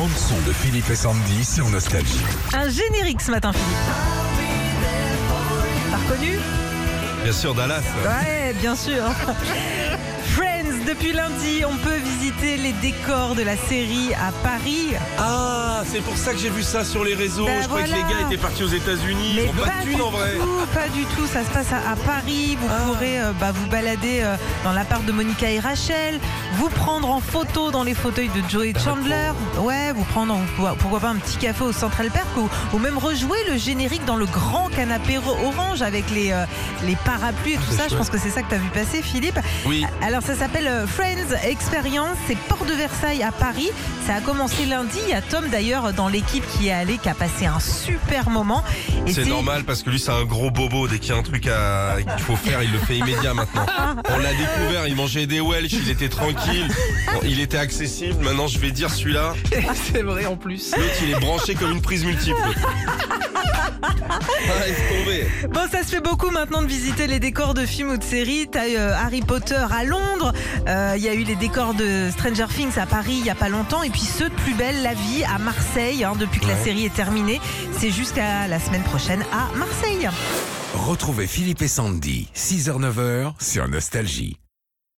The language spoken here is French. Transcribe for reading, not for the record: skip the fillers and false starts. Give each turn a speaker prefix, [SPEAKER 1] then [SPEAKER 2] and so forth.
[SPEAKER 1] bande-son de Philippe et Sandy sur Nostalgie.
[SPEAKER 2] Un générique ce matin, Philippe. T'as reconnu?
[SPEAKER 3] Bien sûr, Dallas.
[SPEAKER 2] Ouais, bien sûr. Friends, depuis lundi, on peut visiter les décors de la série à Paris.
[SPEAKER 3] Ah, c'est pour ça que j'ai vu ça sur les réseaux.
[SPEAKER 2] Ben
[SPEAKER 3] Je croyais
[SPEAKER 2] voilà.
[SPEAKER 3] que les gars étaient partis aux États-Unis. Ils ont pas de thunes en vrai.
[SPEAKER 2] Pas du tout, ça se passe à Paris. Vous pourrez vous balader dans l'appart de Monica et Rachel, vous prendre en photo dans les fauteuils de Joey Chandler. Ouais, vous prendre pourquoi pas un petit café au Central Park ou même rejouer le générique dans le grand canapé orange avec les parapluies et tout ça.
[SPEAKER 3] chouette.
[SPEAKER 2] Je pense que c'est ça que tu as vu passer, Philippe.
[SPEAKER 3] Oui.
[SPEAKER 2] Alors ça s'appelle Friends Experience, c'est Porte de Versailles à Paris. Ça a commencé lundi. Il y a Tom d'ailleurs dans l'équipe qui est allé, qui a passé un super moment. Et
[SPEAKER 3] C'est normal parce que lui c'est un gros bobo. Dès qu'il y a un truc qu'il faut faire, il le fait immédiat maintenant. On l'a découvert, il mangeait des Welsh, il était tranquille, il était accessible. Maintenant je vais dire celui-là,
[SPEAKER 2] C'est vrai en plus.
[SPEAKER 3] l'autre il est branché comme une prise multiple. Ah, laisse tomber.
[SPEAKER 2] Bon, ça se fait beaucoup maintenant de visiter les décors de films ou de séries. T'as eu Harry Potter à Londres, il y a eu les décors de Stranger Things à Paris il n'y a pas longtemps, et puis ceux de Plus belle la vie à Marseille, depuis que la série est terminée. C'est jusqu'à la semaine prochaine à Marseille.
[SPEAKER 1] Retrouvez Philippe et Sandy, 6h-9h sur Nostalgie.